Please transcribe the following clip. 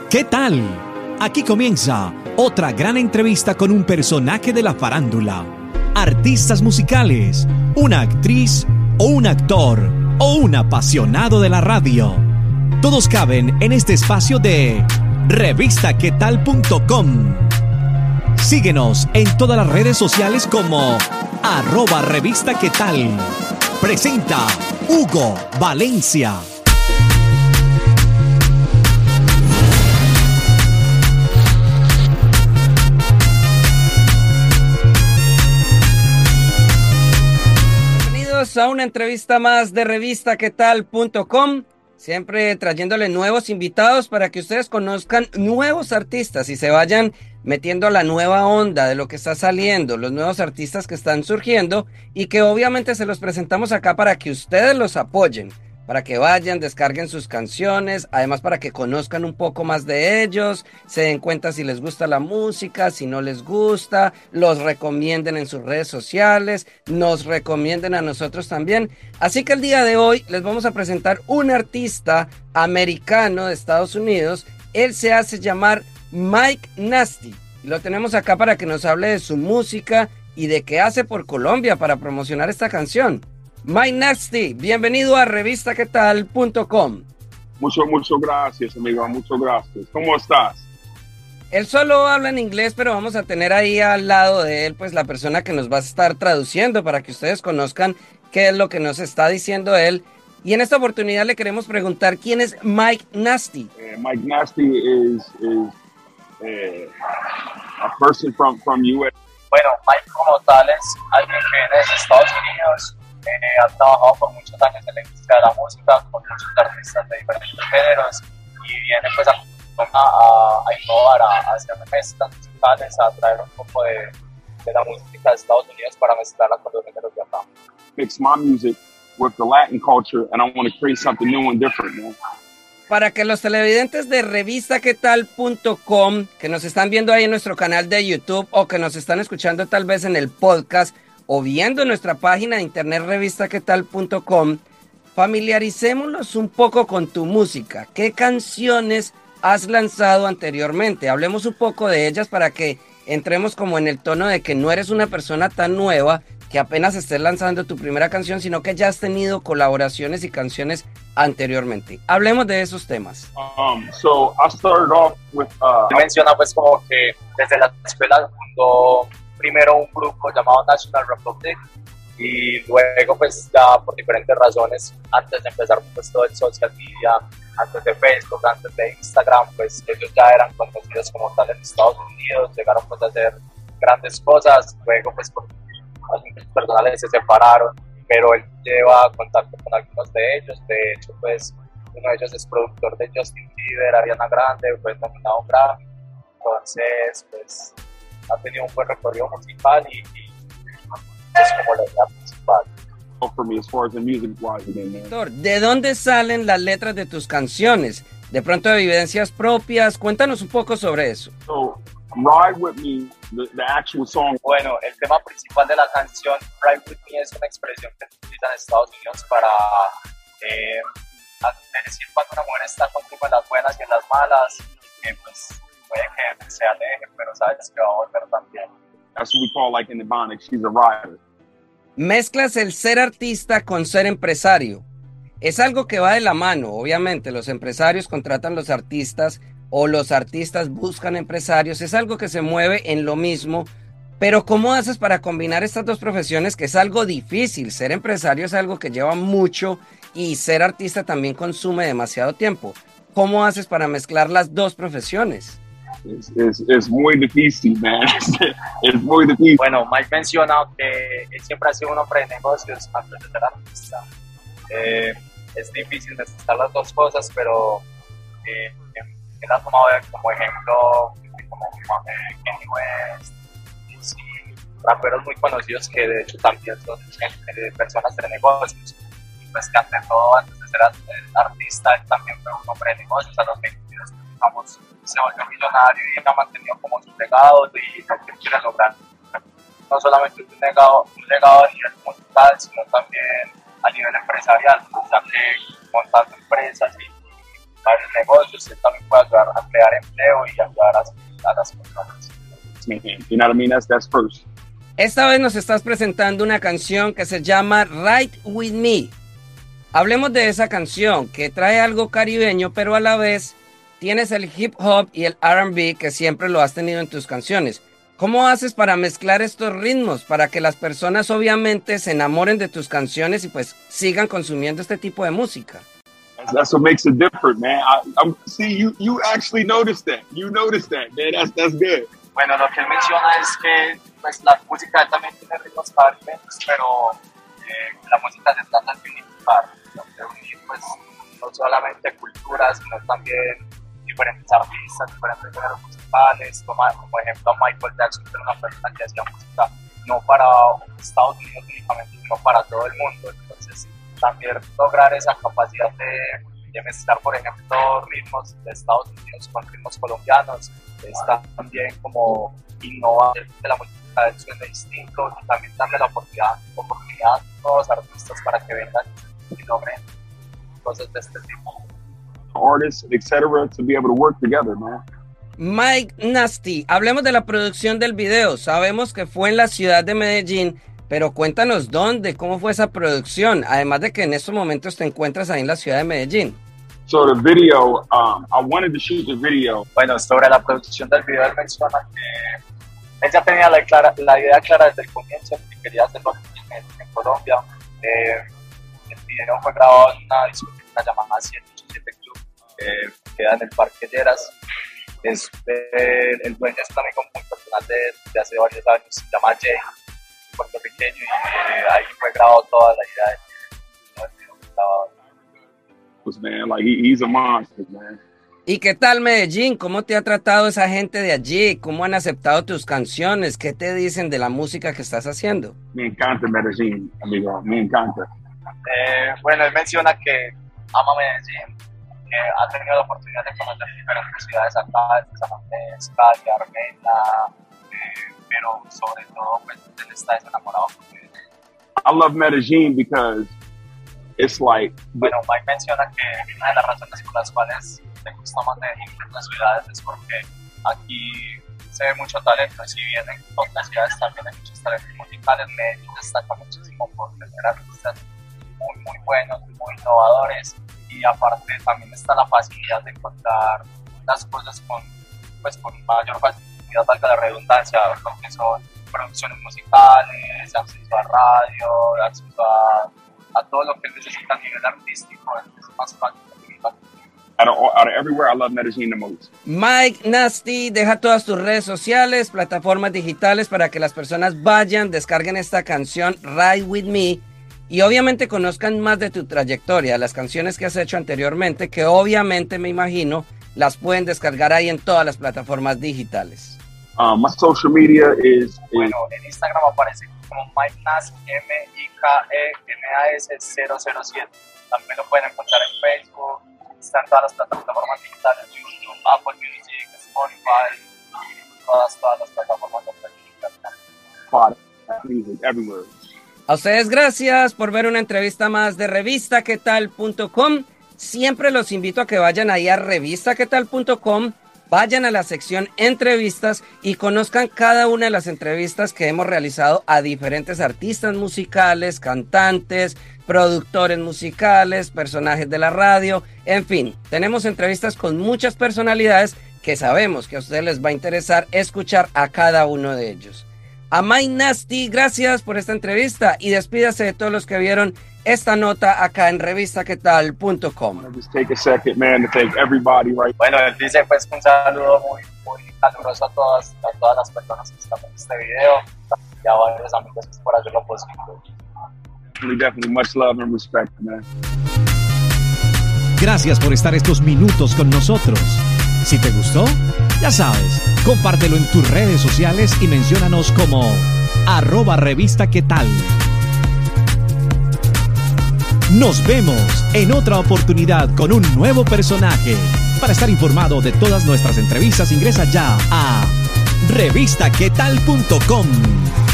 ¿Qué tal? Aquí comienza otra gran entrevista con un personaje de la farándula, artistas musicales, una actriz o un actor o un apasionado de la radio. Todos caben en este espacio de revistaquetal.com. Síguenos en todas las redes sociales como @revistaquetal. Presenta Hugo Valencia. Bienvenidos a una entrevista más de revistaquetal.com. Siempre trayéndole nuevos invitados para que ustedes conozcan nuevos artistas y se vayan metiendo a la nueva onda de lo que está saliendo, los nuevos artistas que están surgiendo y que obviamente se los presentamos acá para que ustedes los apoyen, para que vayan, descarguen sus canciones, además para que conozcan un poco más de ellos, se den cuenta si les gusta la música, si no les gusta, los recomienden en sus redes sociales, nos recomienden a nosotros también. Así que el día de hoy les vamos a presentar un artista americano de Estados Unidos. Él se hace llamar Mike Nasty y lo tenemos acá para que nos hable de su música y de qué hace por Colombia para promocionar esta canción. Mike Nasty, bienvenido a revistaquetal.com. Muchas gracias, amigo, muchas gracias. ¿Cómo estás? Él solo habla en inglés, pero vamos a tener ahí al lado de él, pues la persona que nos va a estar traduciendo para que ustedes conozcan qué es lo que nos está diciendo él. Y en esta oportunidad le queremos preguntar quién es Mike Nasty. Mike Nasty is a person from US. Bueno, Mike como tal es alguien que viene de Estados Unidos. Ha trabajado por muchos años en la industria de la música con muchos artistas de diferentes géneros y viene pues a innovar, a hacer mezclas musicales, a traer un poco de la música de Estados Unidos para mezclarla con los géneros de acá. Mix my music with the Latin culture and I want to create something new and different, man. Para que los televidentes de revistaquetal.com que nos están viendo ahí en nuestro canal de YouTube o que nos están escuchando tal vez en el podcast o viendo nuestra página de internet revistaquetal.com, familiaricémonos un poco con tu música. ¿Qué canciones has lanzado anteriormente? Hablemos un poco de ellas para que entremos como en el tono de que no eres una persona tan nueva, que apenas estés lanzando tu primera canción, sino que ya has tenido colaboraciones y canciones anteriormente. Hablemos de esos temas. So I started off with menciona pues como que desde la escuela fundó primero un grupo llamado National Republic y luego pues ya por diferentes razones, antes de empezar pues todo el social media, antes de Facebook, antes de Instagram, pues ellos ya eran conocidos como tal en Estados Unidos, llegaron pues a hacer grandes cosas, luego pues por asuntos personales se separaron, pero él lleva contacto con algunos de ellos. De hecho pues uno de ellos es productor de Justin Bieber, Ariana Grande, fue nominado a un Grammy, entonces pues ha tenido un buen recorrido musical y es como la idea principal. For me as far as the music wise again, man. ¿De dónde salen las letras de tus canciones? ¿De pronto de vivencias propias? Cuéntanos un poco sobre eso. So, Ride With Me, the actual song. Bueno, el tema principal de la canción Ride With Me es una expresión que se utiliza en Estados Unidos para decir cuando una mujer está contigo en las buenas y en las malas, que pues puede que se aleje, pero sabes que va a volver también. That's what we call, like in the Ebonics, she's a rider. Mezclas el ser artista con ser empresario. Es algo que va de la mano, obviamente. Los empresarios contratan los artistas o los artistas buscan empresarios. Es algo que se mueve en lo mismo. Pero ¿cómo haces para combinar estas dos profesiones? Que es algo difícil. Ser empresario es algo que lleva mucho y ser artista también consume demasiado tiempo. ¿Cómo haces para mezclar las dos profesiones? Es muy difícil, man. Es muy difícil. Bueno, Mike menciona que él siempre ha sido un hombre de negocios antes de ser artista. Es difícil necesitar las dos cosas, pero él ha tomado como ejemplo como Kanye West, sí, raperos muy conocidos que de hecho también son personas de negocios. Y pues que ante todo, antes de ser artista, él también fue un hombre de negocios a los 22 digamos, se volvió millonario y ha mantenido como su legado y lo que quiere lograr. No solamente un legado a nivel musical, sino también a nivel empresarial, ya que montando empresas y varios negocios, él también puede ayudar a crear crear empleo y ayudar a las personas. You know what I mean? That's first. Esta vez nos estás presentando una canción que se llama Ride With Me. Hablemos de esa canción que trae algo caribeño, pero a la vez tienes el hip hop y el R&B que siempre lo has tenido en tus canciones. ¿Cómo haces para mezclar estos ritmos para que las personas obviamente se enamoren de tus canciones y pues sigan consumiendo este tipo de música? That's what makes it different, man. See, you actually noticed that. You noticed that, man. That's good. Bueno, lo que él menciona es que pues, la música también tiene ritmos caribeños, pero la música se trata de unificar, de unir pues, no solamente culturas, sino también diferentes artistas, diferentes géneros musicales. Como ejemplo Michael Jackson, que era una persona que hacía música no para Estados Unidos únicamente, sino para todo el mundo. Entonces, también lograr esa capacidad de mezclar, por ejemplo, ritmos de Estados Unidos con ritmos colombianos, está también como innovar de la música del suene distinto y también darle la oportunidad a nuevos artistas para que vengan y logren cosas de este tipo. Artists, etc., to be able to work together, man. Mike Nasty, hablemos de la producción del video. Sabemos que fue en la ciudad de Medellín, pero cuéntanos dónde, cómo fue esa producción, además de que en estos momentos te encuentras ahí en la ciudad de Medellín. So the video, I wanted to shoot the video. Bueno, sobre la producción del video, él menciona que él ya tenía la idea clara desde el comienzo, que quería hacerlo en Colombia. El video fue grabado en una discoteca llamada 787 Club, que queda en el Parque Lleras. El dueño es un amigo muy personal de hace varios años, se llama Jay, puertorriqueño, y ahí fue grabado toda la idea del video grabado. Pues, man, like he's a monster, man. ¿Y qué tal Medellín? ¿Cómo te ha tratado esa gente de allí? ¿Cómo han aceptado tus canciones? ¿Qué te dicen de la música que estás haciendo? Me encanta Medellín, amigo, me encanta. Bueno, él menciona que ama Medellín, que ha tenido la oportunidad de conocer diferentes ciudades acá, desde San Andrés, Cali, Armenia, pero sobre todo, pues, él está enamorado de Medellín. I love Medellín because it's like... Bueno, Mike menciona que una de las razones por las cuales le gusta más Medellín que otras ciudades es porque aquí se ve mucho talento. Si bien en otras ciudades también hay muchos talentos musicales, Medellín destaca muchísimo por tener artistas muy buenos, muy innovadores, y aparte también está la facilidad de encontrar las cosas con mayor facilidad, valga la redundancia, lo que son producciones musicales, acceso a radio, acceso a todo lo que necesita a nivel artístico, es más fácil. Out of everywhere, I love Medellín the most. Mike Nasty, deja todas tus redes sociales, plataformas digitales para que las personas vayan, descarguen esta canción Ride With Me y obviamente conozcan más de tu trayectoria, las canciones que has hecho anteriormente, que obviamente me imagino las pueden descargar ahí en todas las plataformas digitales. My social media is... Bueno, en Instagram aparece como Mike Nas, MIKENAS 007. También lo pueden encontrar en Facebook, está en todas las plataformas digitales, YouTube, Apple Music, Spotify, todas las plataformas music everywhere. A ustedes gracias por ver una entrevista más de revistaquetal.com. Siempre los invito a que vayan ahí a revistaquetal.com, vayan a la sección entrevistas y conozcan cada una de las entrevistas que hemos realizado a diferentes artistas musicales, cantantes, productores musicales, personajes de la radio, en fin, tenemos entrevistas con muchas personalidades que sabemos que a ustedes les va a interesar escuchar a cada uno de ellos. A Mike Nasty, gracias por esta entrevista y despídase de todos los que vieron esta nota acá en revistaquetal.com. Bueno, él dice pues un saludo muy caluroso a todas las personas que están en este video y a varios amigos por hacerlo posible. Definitely much love and respect, man. Gracias por estar estos minutos con nosotros. Si te gustó, ya sabes, compártelo en tus redes sociales y menciónanos como @revistaquetal. Nos vemos en otra oportunidad con un nuevo personaje. Para estar informado de todas nuestras entrevistas, ingresa ya a revistaquetal.com.